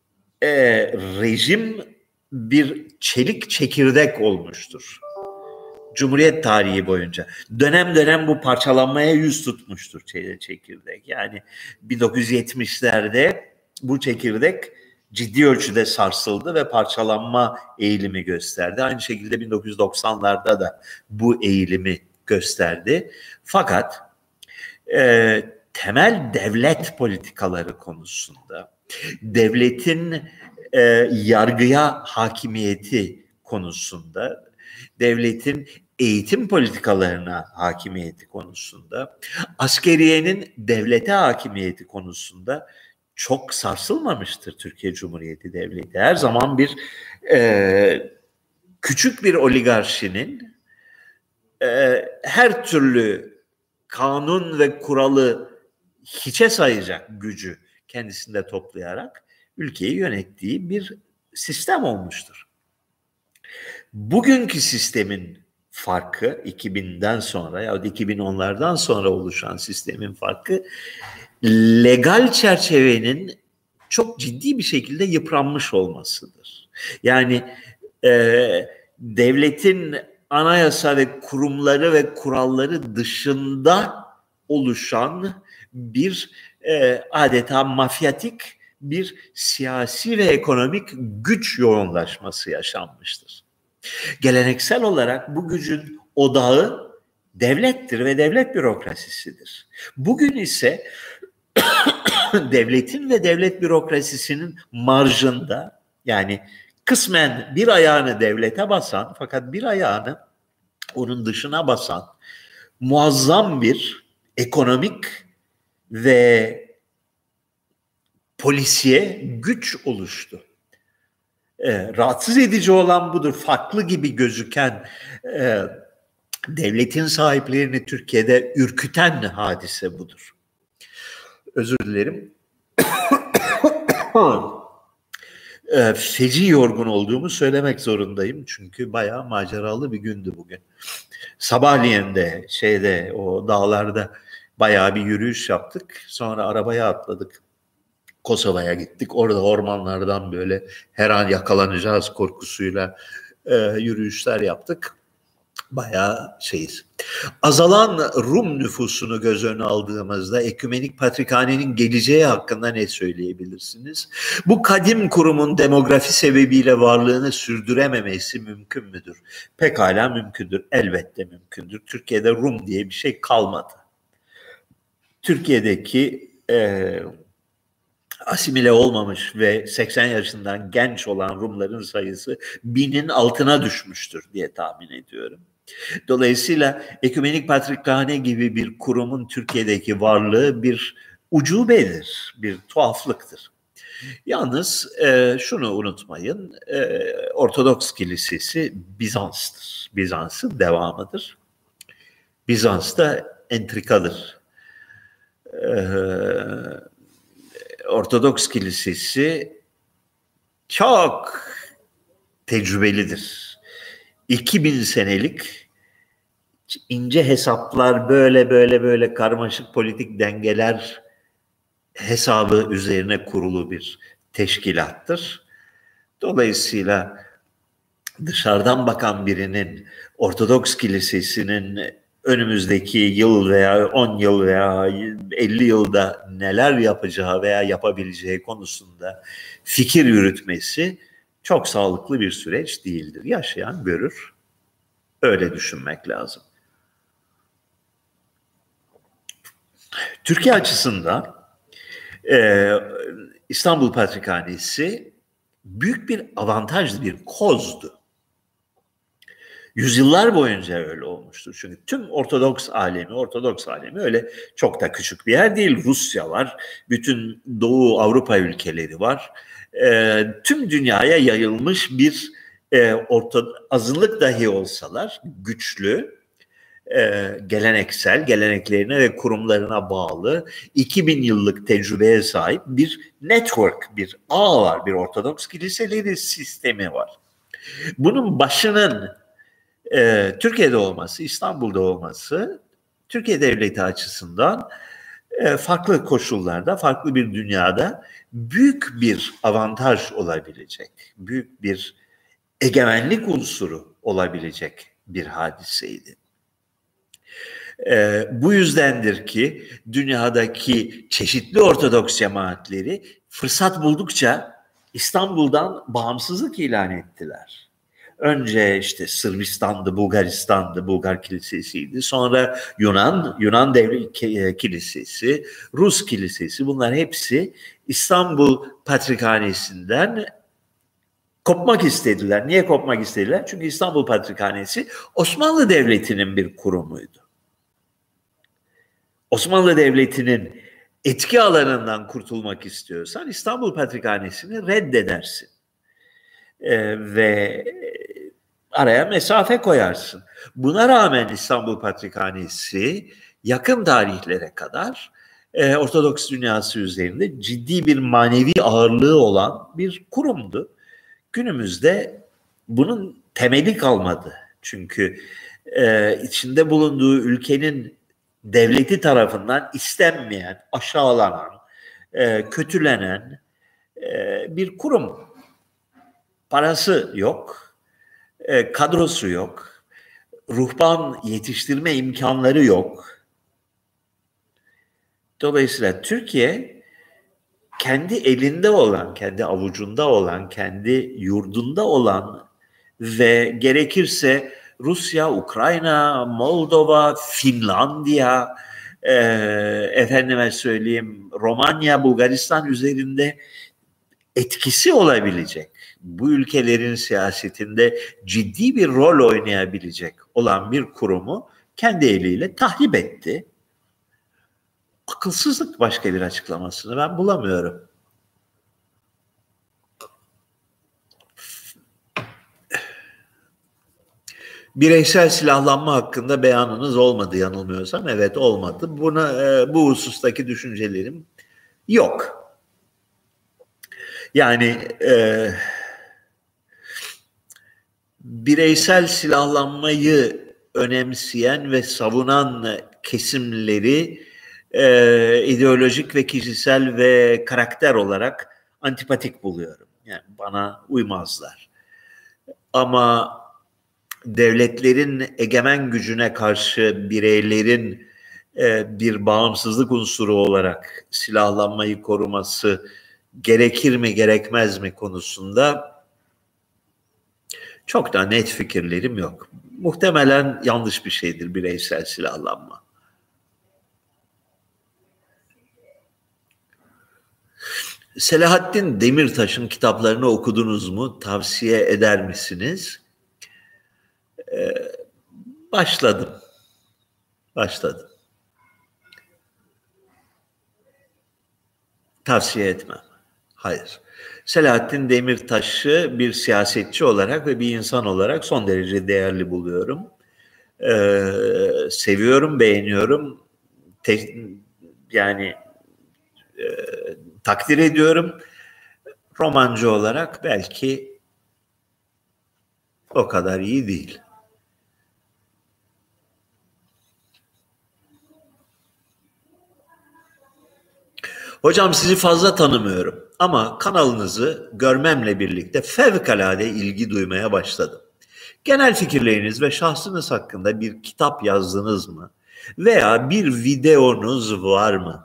rejim bir çelik çekirdek olmuştur. Cumhuriyet tarihi boyunca. Dönem dönem bu parçalanmaya yüz tutmuştur çekirdek. Yani 1970'lerde bu çekirdek ciddi ölçüde sarsıldı ve parçalanma eğilimi gösterdi. Aynı şekilde 1990'larda da bu eğilimi gösterdi. Fakat temel devlet politikaları konusunda, devletin yargıya hakimiyeti konusunda, devletin eğitim politikalarına hakimiyeti konusunda, askeriyenin devlete hakimiyeti konusunda çok sarsılmamıştır Türkiye Cumhuriyeti Devleti. Her zaman bir küçük bir oligarşinin her türlü kanun ve kuralı hiçe sayacak gücü kendisinde toplayarak ülkeyi yönettiği bir sistem olmuştur. Bugünkü sistemin farkı 2000'den sonra ya da 2010'lardan sonra oluşan sistemin farkı legal çerçevenin çok ciddi bir şekilde yıpranmış olmasıdır. Yani devletin anayasa ve kurumları ve kuralları dışında oluşan bir adeta mafyatik bir siyasi ve ekonomik güç yoğunlaşması yaşanmıştır. Geleneksel olarak bu gücün odağı devlettir ve devlet bürokrasisidir. Bugün ise devletin ve devlet bürokrasisinin marjında, yani kısmen bir ayağını devlete basan fakat bir ayağını onun dışına basan muazzam bir ekonomik ve polisiye güç oluştu. Rahatsız edici olan budur. Farklı gibi gözüken devletin sahiplerini Türkiye'de ürküten hadise budur. Özür dilerim. Feci yorgun olduğumu söylemek zorundayım. Çünkü bayağı maceralı bir gündü bugün. Sabahleyin de o dağlarda bayağı bir yürüyüş yaptık. Sonra arabaya atladık. Kosova'ya gittik. Orada ormanlardan böyle her an yakalanacağız korkusuyla yürüyüşler yaptık. Bayağı şeyiz. Azalan Rum nüfusunu göz önüne aldığımızda Ekümenik Patrikhane'nin geleceği hakkında ne söyleyebilirsiniz? Bu kadim kurumun demografi sebebiyle varlığını sürdürememesi mümkün müdür? Pekala mümkündür. Elbette mümkündür. Türkiye'de Rum diye bir şey kalmadı. Türkiye'deki asimile olmamış ve 80 yaşından genç olan Rumların sayısı 1000'in altına düşmüştür diye tahmin ediyorum. Dolayısıyla Ekümenik Patrikhane gibi bir kurumun Türkiye'deki varlığı bir ucubedir, bir tuhaflıktır. Yalnız şunu unutmayın, Ortodoks Kilisesi Bizans'tır. Bizans'ın devamıdır. Bizans da entrikadır. Ortodoks Kilisesi çok tecrübelidir. 2000 senelik ince hesaplar, böyle karmaşık politik dengeler hesabı üzerine kurulu bir teşkilattır. Dolayısıyla dışarıdan bakan birinin Ortodoks Kilisesi'nin önümüzdeki yıl veya 10 yıl veya 50 yılda neler yapacağı veya yapabileceği konusunda fikir yürütmesi çok sağlıklı bir süreç değildir. Yaşayan görür. Öyle düşünmek lazım. Türkiye açısından İstanbul Patrikhanesi büyük bir avantajlı bir kozdu. Yüzyıllar boyunca öyle olmuştur. Çünkü tüm Ortodoks alemi öyle çok da küçük bir yer değil. Rusya var, bütün Doğu Avrupa ülkeleri var. Tüm dünyaya yayılmış bir azınlık dahi olsalar güçlü, geleneksel, geleneklerine ve kurumlarına bağlı 2000 yıllık tecrübeye sahip bir network, bir ağ var, bir Ortodoks kiliseleri sistemi var. Bunun başının Türkiye'de olması, İstanbul'da olması, Türkiye Devleti açısından farklı koşullarda, farklı bir dünyada büyük bir avantaj olabilecek, büyük bir egemenlik unsuru olabilecek bir hadiseydi. Bu yüzdendir ki dünyadaki çeşitli Ortodoks cemaatleri fırsat buldukça İstanbul'dan bağımsızlık ilan ettiler. Önce işte Sırbistan'dı, Bulgaristan'dı, Bulgar Kilisesi'ydi. Sonra Yunan Devlet Kilisesi, Rus Kilisesi, bunlar hepsi İstanbul Patrikhanesi'nden kopmak istediler. Niye kopmak istediler? Çünkü İstanbul Patrikhanesi Osmanlı Devleti'nin bir kurumuydu. Osmanlı Devleti'nin etki alanından kurtulmak istiyorsan İstanbul Patrikhanesi'ni reddedersin. Ve araya mesafe koyarsın. Buna rağmen İstanbul Patrikhanesi yakın tarihlere kadar Ortodoks dünyası üzerinde ciddi bir manevi ağırlığı olan bir kurumdu. Günümüzde bunun temeli kalmadı. Çünkü içinde bulunduğu ülkenin devleti tarafından istenmeyen, aşağılanan, kötülenen bir kurum. Parası yok, kadrosu yok, ruhban yetiştirme imkanları yok. Dolayısıyla Türkiye kendi elinde olan, kendi avucunda olan, kendi yurdunda olan ve gerekirse Rusya, Ukrayna, Moldova, Finlandiya, efendime söyleyeyim Romanya, Bulgaristan üzerinde etkisi olabilecek, bu ülkelerin siyasetinde ciddi bir rol oynayabilecek olan bir kurumu kendi eliyle tahrip etti. Akılsızlık, başka bir açıklamasını ben bulamıyorum. Bireysel silahlanma hakkında beyanınız olmadı yanılmıyorsam. Evet, olmadı. Bu husustaki düşüncelerim yok. Yani bireysel silahlanmayı önemseyen ve savunan kesimleri ideolojik ve kişisel ve karakter olarak antipatik buluyorum. Yani bana uymazlar. Ama devletlerin egemen gücüne karşı bireylerin bir bağımsızlık unsuru olarak silahlanmayı koruması gerekir mi gerekmez mi konusunda çok da net fikirlerim yok. Muhtemelen yanlış bir şeydir bireysel silahlanma. Selahattin Demirtaş'ın kitaplarını okudunuz mu? Tavsiye eder misiniz? Başladım. Tavsiye etmem. Hayır. Selahattin Demirtaş'ı bir siyasetçi olarak ve bir insan olarak son derece değerli buluyorum. Seviyorum, beğeniyorum. Takdir ediyorum. Romancı olarak belki o kadar iyi değil. Hocam, sizi fazla tanımıyorum ama kanalınızı görmemle birlikte fevkalade ilgi duymaya başladım. Genel fikirleriniz ve şahsınız hakkında bir kitap yazdınız mı? Veya bir videonuz var mı?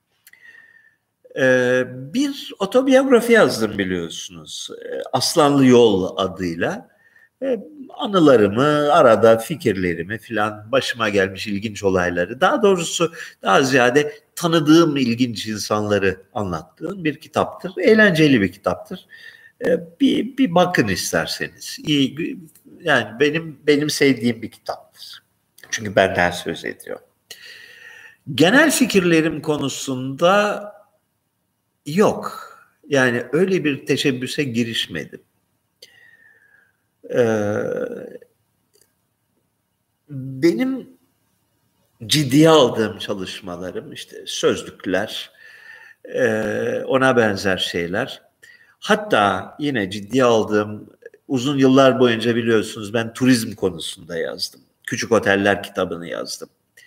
Bir otobiyografi yazdım biliyorsunuz. Aslanlı Yol adıyla. Anılarımı, arada fikirlerimi filan, başıma gelmiş ilginç olayları, daha doğrusu daha ziyade tanıdığım ilginç insanları anlattığım bir kitaptır. Eğlenceli bir kitaptır. Bir bakın isterseniz. İyi, yani benim sevdiğim bir kitaptır. Çünkü benden söz ediyor. Genel fikirlerim konusunda yok. Yani öyle bir teşebbüse girişmedim. Benim ciddiye aldığım çalışmalarım işte sözlükler, ona benzer şeyler. Hatta yine ciddiye aldığım, uzun yıllar boyunca biliyorsunuz ben turizm konusunda yazdım. Küçük Oteller kitabını yazdım.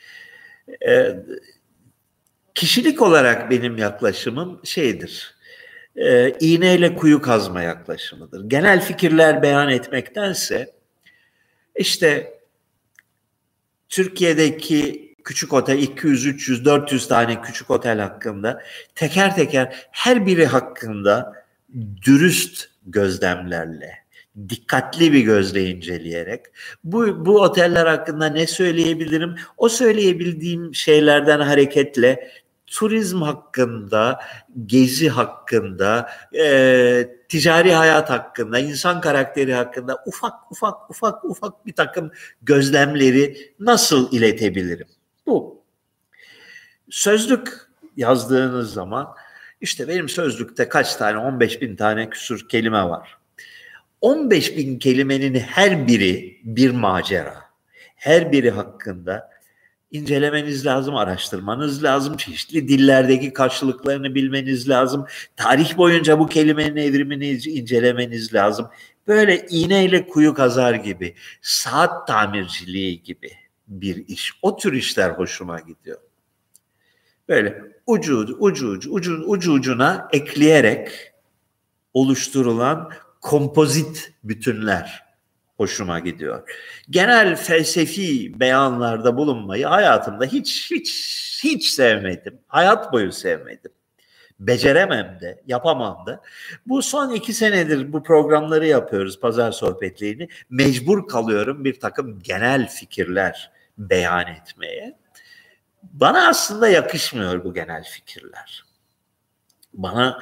Kişilik olarak benim yaklaşımım şeydir. İğneyle kuyu kazma yaklaşımıdır. Genel fikirler beyan etmektense işte Türkiye'deki küçük otel 200, 300, 400 tane küçük otel hakkında teker teker her biri hakkında dürüst gözlemlerle, dikkatli bir gözle inceleyerek. Bu oteller hakkında ne söyleyebilirim? O söyleyebildiğim şeylerden hareketle turizm hakkında, gezi hakkında, ticari hayat hakkında, insan karakteri hakkında ufak bir takım gözlemleri nasıl iletebilirim? Bu. Sözlük yazdığınız zaman işte benim sözlükte kaç tane, 15.000 tane küsur kelime var. 15.000 kelimenin her biri bir macera. Her biri hakkında incelemeniz lazım, araştırmanız lazım, çeşitli dillerdeki karşılıklarını bilmeniz lazım. Tarih boyunca bu kelimenin evrimini incelemeniz lazım. Böyle iğneyle kuyu kazar gibi, saat tamirciliği gibi bir iş. O tür işler hoşuma gidiyor. Böyle ucu ucuna ekleyerek oluşturulan kompozit bütünler hoşuma gidiyor. Genel felsefi beyanlarda bulunmayı hayatımda hiç sevmedim. Hayat boyu sevmedim. Beceremem de, yapamam da. Bu son 2 senedir bu programları yapıyoruz, pazar sohbetlerini. Mecbur kalıyorum bir takım genel fikirler beyan etmeye. Bana aslında yakışmıyor bu genel fikirler. Bana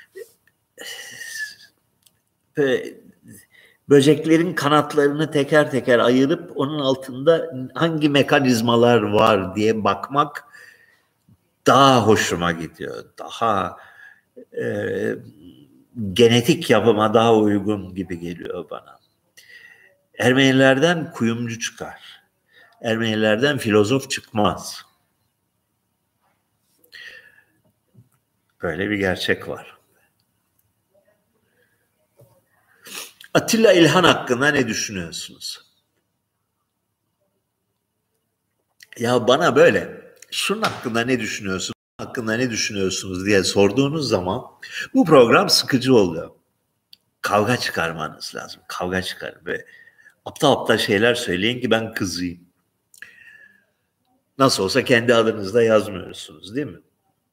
böceklerin kanatlarını teker teker ayırıp onun altında hangi mekanizmalar var diye bakmak daha hoşuma gidiyor. Daha genetik yapıma daha uygun gibi geliyor bana. Ermenilerden kuyumcu çıkar. Ermenilerden filozof çıkmaz. Böyle bir gerçek var. Atilla İlhan hakkında ne düşünüyorsunuz? Ya bana böyle şunun hakkında ne düşünüyorsunuz diye sorduğunuz zaman bu program sıkıcı oluyor. Kavga çıkarmanız lazım. Kavga çıkarın. Böyle aptal şeyler söyleyin ki ben kızayım. Nasıl olsa kendi adınızda yazmıyorsunuz değil mi?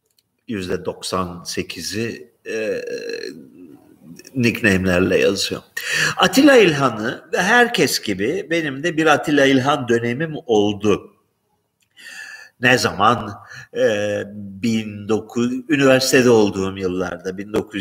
%98'i nickname'lerle yazıyor. Atilla İlhan'ı ve herkes gibi benim de bir Atilla İlhan dönemim oldu. Ne zaman? Üniversitede olduğum yıllarda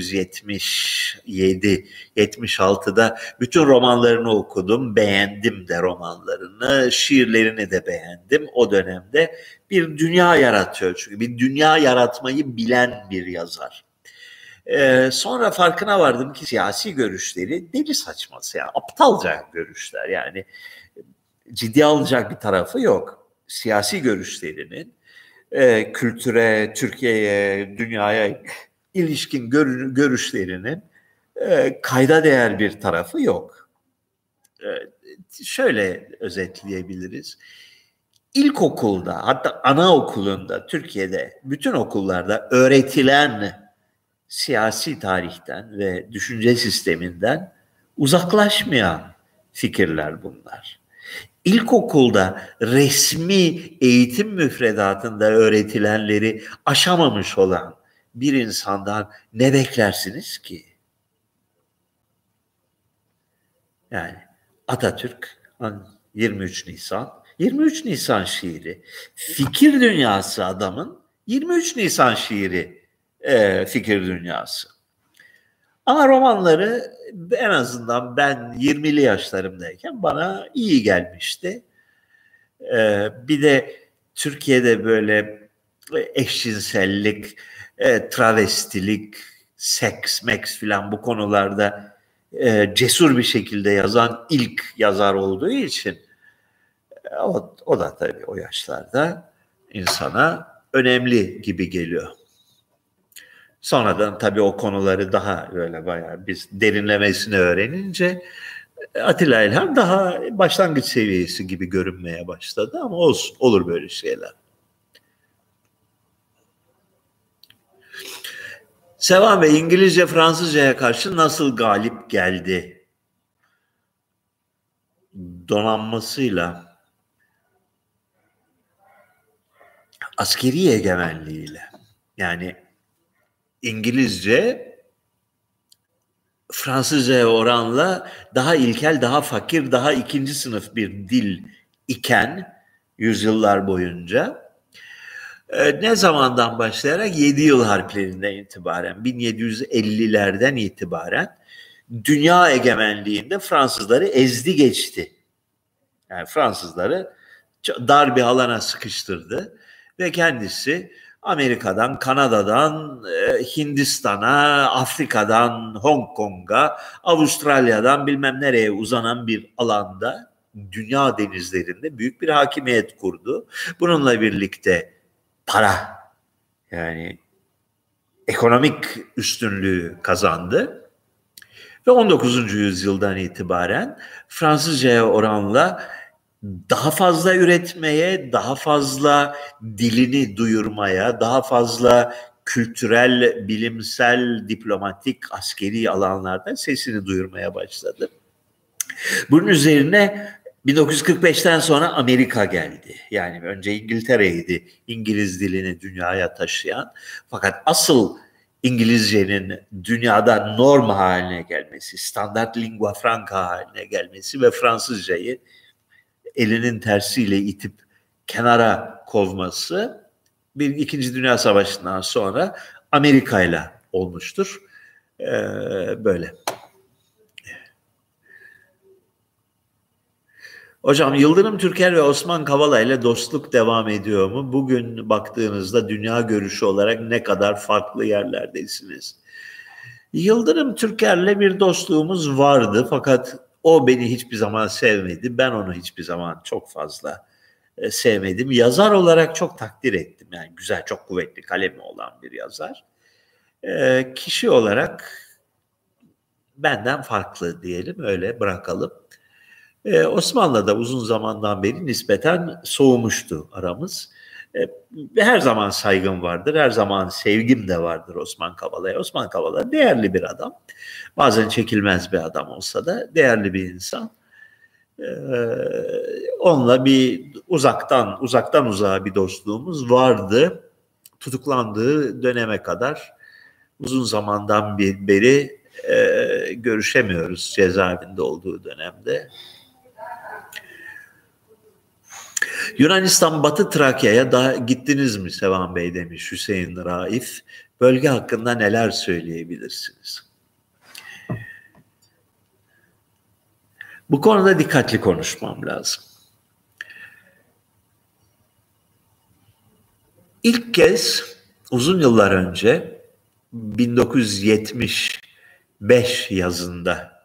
1977, 76'da bütün romanlarını okudum. Beğendim de romanlarını, şiirlerini de beğendim. O dönemde bir dünya yaratıyor çünkü bir dünya yaratmayı bilen bir yazar. Sonra farkına vardım ki siyasi görüşleri deli saçması, yani aptalca görüşler, yani ciddiye alınacak bir tarafı yok. Siyasi görüşlerinin kültüre, Türkiye'ye, dünyaya ilişkin görüşlerinin kayda değer bir tarafı yok. Şöyle özetleyebiliriz. İlkokulda, hatta anaokulunda, Türkiye'de bütün okullarda öğretilen siyasi tarihten ve düşünce sisteminden uzaklaşmayan fikirler bunlar. İlkokulda resmi eğitim müfredatında öğretilenleri aşamamış olan bir insandan ne beklersiniz ki? Yani Atatürk 23 Nisan şiiri, fikir dünyası adamın 23 Nisan şiiri fikir dünyası. Ama romanları en azından ben 20'li yaşlarımdayken bana iyi gelmişti. Bir de Türkiye'de böyle eşcinsellik, travestilik, seks, meks filan bu konularda cesur bir şekilde yazan ilk yazar olduğu için o da tabii o yaşlarda insana önemli gibi geliyor. Sonradan tabii o konuları daha böyle bayağı biz derinlemesine öğrenince Atilla İlhan daha başlangıç seviyesi gibi görünmeye başladı ama olsun, olur böyle şeyler. Sevan Bey, İngilizce Fransızcaya karşı nasıl galip geldi? Donanmasıyla, askeri egemenliğiyle. Yani İngilizce Fransızcaya oranla daha ilkel, daha fakir, daha ikinci sınıf bir dil iken yüzyıllar boyunca ne zamandan başlayarak 7 yıl harplerinden itibaren 1750'lerden itibaren dünya egemenliğinde Fransızları ezdi geçti. Yani Fransızları dar bir alana sıkıştırdı ve kendisi Amerika'dan, Kanada'dan, Hindistan'a, Afrika'dan, Hong Kong'a, Avustralya'dan bilmem nereye uzanan bir alanda dünya denizlerinde büyük bir hakimiyet kurdu. Bununla birlikte para, yani ekonomik üstünlüğü kazandı. Ve 19. yüzyıldan itibaren Fransızcaya oranla daha fazla üretmeye, daha fazla dilini duyurmaya, daha fazla kültürel, bilimsel, diplomatik, askeri alanlarda sesini duyurmaya başladı. Bunun üzerine 1945'ten sonra Amerika geldi. Yani önce İngiltere'ydi, İngiliz dilini dünyaya taşıyan. Fakat asıl İngilizcenin dünyada norm haline gelmesi, standart lingua franca haline gelmesi ve Fransızcayı elinin tersiyle itip kenara kovması bir İkinci Dünya Savaşı'ndan sonra Amerika'yla olmuştur. Böyle. Hocam Yıldırım Türker ve Osman Kavala ile dostluk devam ediyor mu? Bugün baktığınızda dünya görüşü olarak ne kadar farklı yerlerdesiniz? Yıldırım Türker'le bir dostluğumuz vardı fakat o beni hiçbir zaman sevmedi. Ben onu hiçbir zaman çok fazla sevmedim. Yazar olarak çok takdir ettim. Yani güzel, çok kuvvetli kalemi olan bir yazar. Kişi olarak benden farklı diyelim, öyle bırakalım. Osman'la da uzun zamandan beri nispeten soğumuştu aramız. Her zaman saygım vardır, her zaman sevgim de vardır Osman Kavala'ya. Osman Kavala değerli bir adam. Bazen çekilmez bir adam olsa da değerli bir insan. Onunla bir uzaktan uzağa bir dostluğumuz vardı. Tutuklandığı döneme kadar uzun zamandan beri görüşemiyoruz cezaevinde olduğu dönemde. Yunanistan Batı Trakya'ya da gittiniz mi Sevan Bey demiş Hüseyin Raif. Bölge hakkında neler söyleyebilirsiniz? Bu konuda dikkatli konuşmam lazım. İlk kez uzun yıllar önce 1975 yazında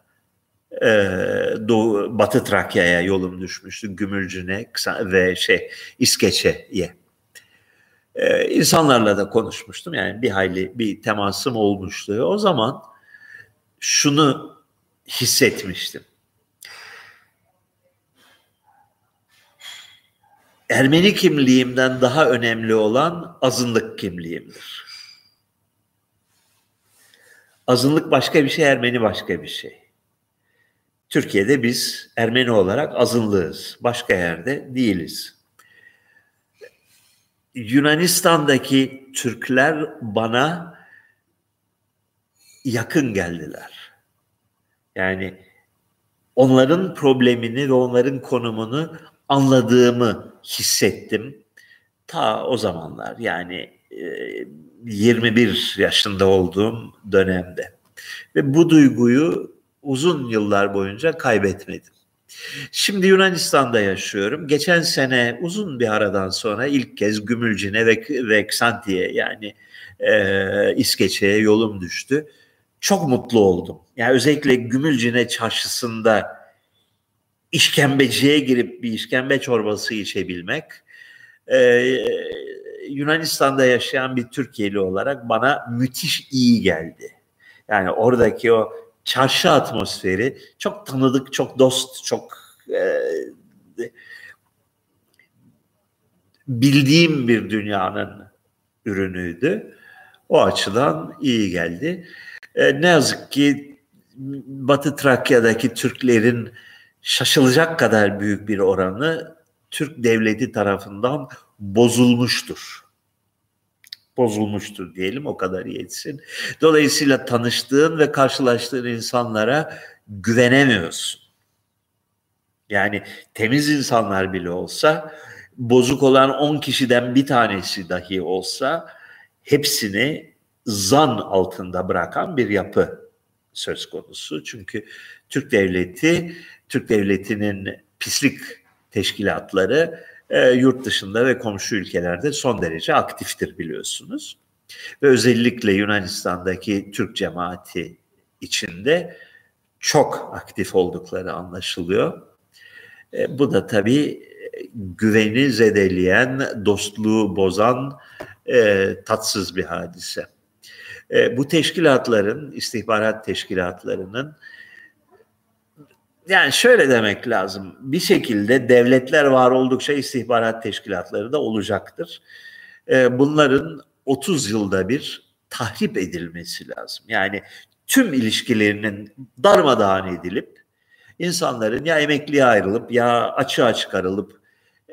Batı Trakya'ya yolum düşmüştü. Gümülcine ve İskeçe'ye. İnsanlarla da konuşmuştum. Yani bir hayli bir temasım olmuştu. O zaman şunu hissetmiştim. Ermeni kimliğimden daha önemli olan azınlık kimliğimdir. Azınlık başka bir şey, Ermeni başka bir şey. Türkiye'de biz Ermeni olarak azınlığız. Başka yerde değiliz. Yunanistan'daki Türkler bana yakın geldiler. Yani onların problemini ve onların konumunu anladığımı hissettim. Ta o zamanlar, yani 21 yaşında olduğum dönemde. Ve bu duyguyu uzun yıllar boyunca kaybetmedim. Şimdi Yunanistan'da yaşıyorum. Geçen sene uzun bir aradan sonra ilk kez Gümülcine ve Ksanti'ye, yani İskeçe'ye yolum düştü. Çok mutlu oldum. Yani özellikle Gümülcine çarşısında işkembeciye girip bir işkembe çorbası içebilmek, Yunanistan'da yaşayan bir Türkiye'li olarak bana müthiş iyi geldi. Yani oradaki o çarşı atmosferi çok tanıdık, çok dost, çok bildiğim bir dünyanın ürünüydü. O açıdan iyi geldi. Ne yazık ki Batı Trakya'daki Türklerin şaşılacak kadar büyük bir oranı Türk devleti tarafından bozulmuştur. bozulmuştur diyelim, o kadar yetsin. Dolayısıyla tanıştığın ve karşılaştığın insanlara güvenemiyorsun. Yani temiz insanlar bile olsa, bozuk olan 10 kişiden bir tanesi dahi olsa hepsini zan altında bırakan bir yapı söz konusu. Çünkü Türk Devleti'nin pislik teşkilatları yurt dışında ve komşu ülkelerde son derece aktiftir biliyorsunuz. Ve özellikle Yunanistan'daki Türk cemaati içinde çok aktif oldukları anlaşılıyor. Bu da tabii güveni zedeleyen, dostluğu bozan tatsız bir hadise. Bu teşkilatların, istihbarat teşkilatlarının, yani şöyle demek lazım, bir şekilde devletler var oldukça istihbarat teşkilatları da olacaktır. Bunların 30 yılda bir tahrip edilmesi lazım. Yani tüm ilişkilerinin darmadağın edilip, İnsanların ya emekliye ayrılıp ya açığa çıkarılıp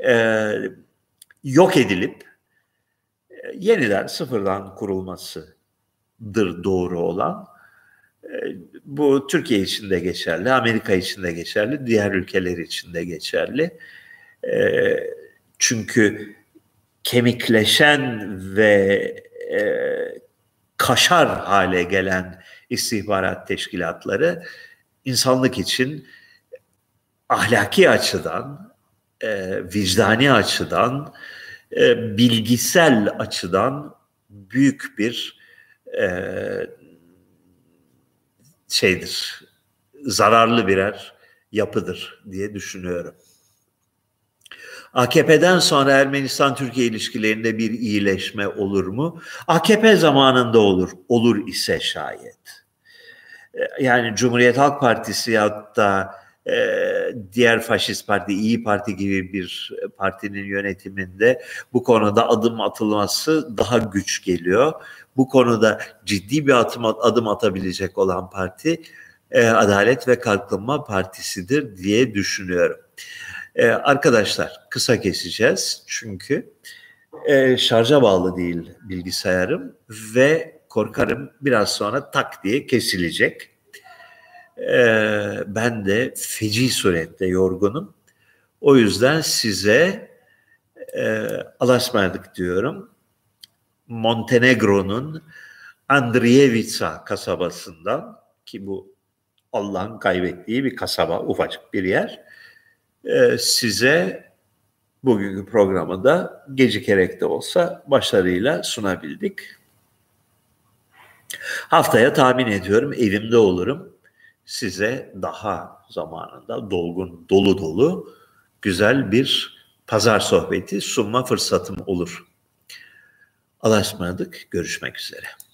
yok edilip yeniden sıfırdan kurulmasıdır doğru olan. Bu Türkiye için de geçerli, Amerika için de geçerli, diğer ülkeler için de geçerli. Çünkü kemikleşen ve kaşar hale gelen istihbarat teşkilatları insanlık için ahlaki açıdan, vicdani açıdan, bilgisel açıdan büyük bir zararlı birer yapıdır diye düşünüyorum. AKP'den sonra Ermenistan-Türkiye ilişkilerinde bir iyileşme olur mu? AKP zamanında olur ise şayet. Yani Cumhuriyet Halk Partisi hatta diğer faşist parti, İyi Parti gibi bir partinin yönetiminde bu konuda adım atılması daha güç geliyor. Bu konuda ciddi bir adım atabilecek olan parti Adalet ve Kalkınma Partisi'dir diye düşünüyorum. Arkadaşlar kısa keseceğiz çünkü şarja bağlı değil bilgisayarım ve korkarım biraz sonra tak diye kesilecek. Ben de feci surette yorgunum. O yüzden size Allah'a ısmarladık diyorum. Montenegro'nun Andrijevica kasabasından, ki bu Allah'ın kaybettiği bir kasaba, ufacık bir yer, size bugünkü programı da gecikerek de olsa başarıyla sunabildik. Haftaya tahmin ediyorum evimde olurum. Size daha zamanında dolgun, dolu güzel bir pazar sohbeti sunma fırsatım olur. Allah'a ısmarladık. Görüşmek üzere.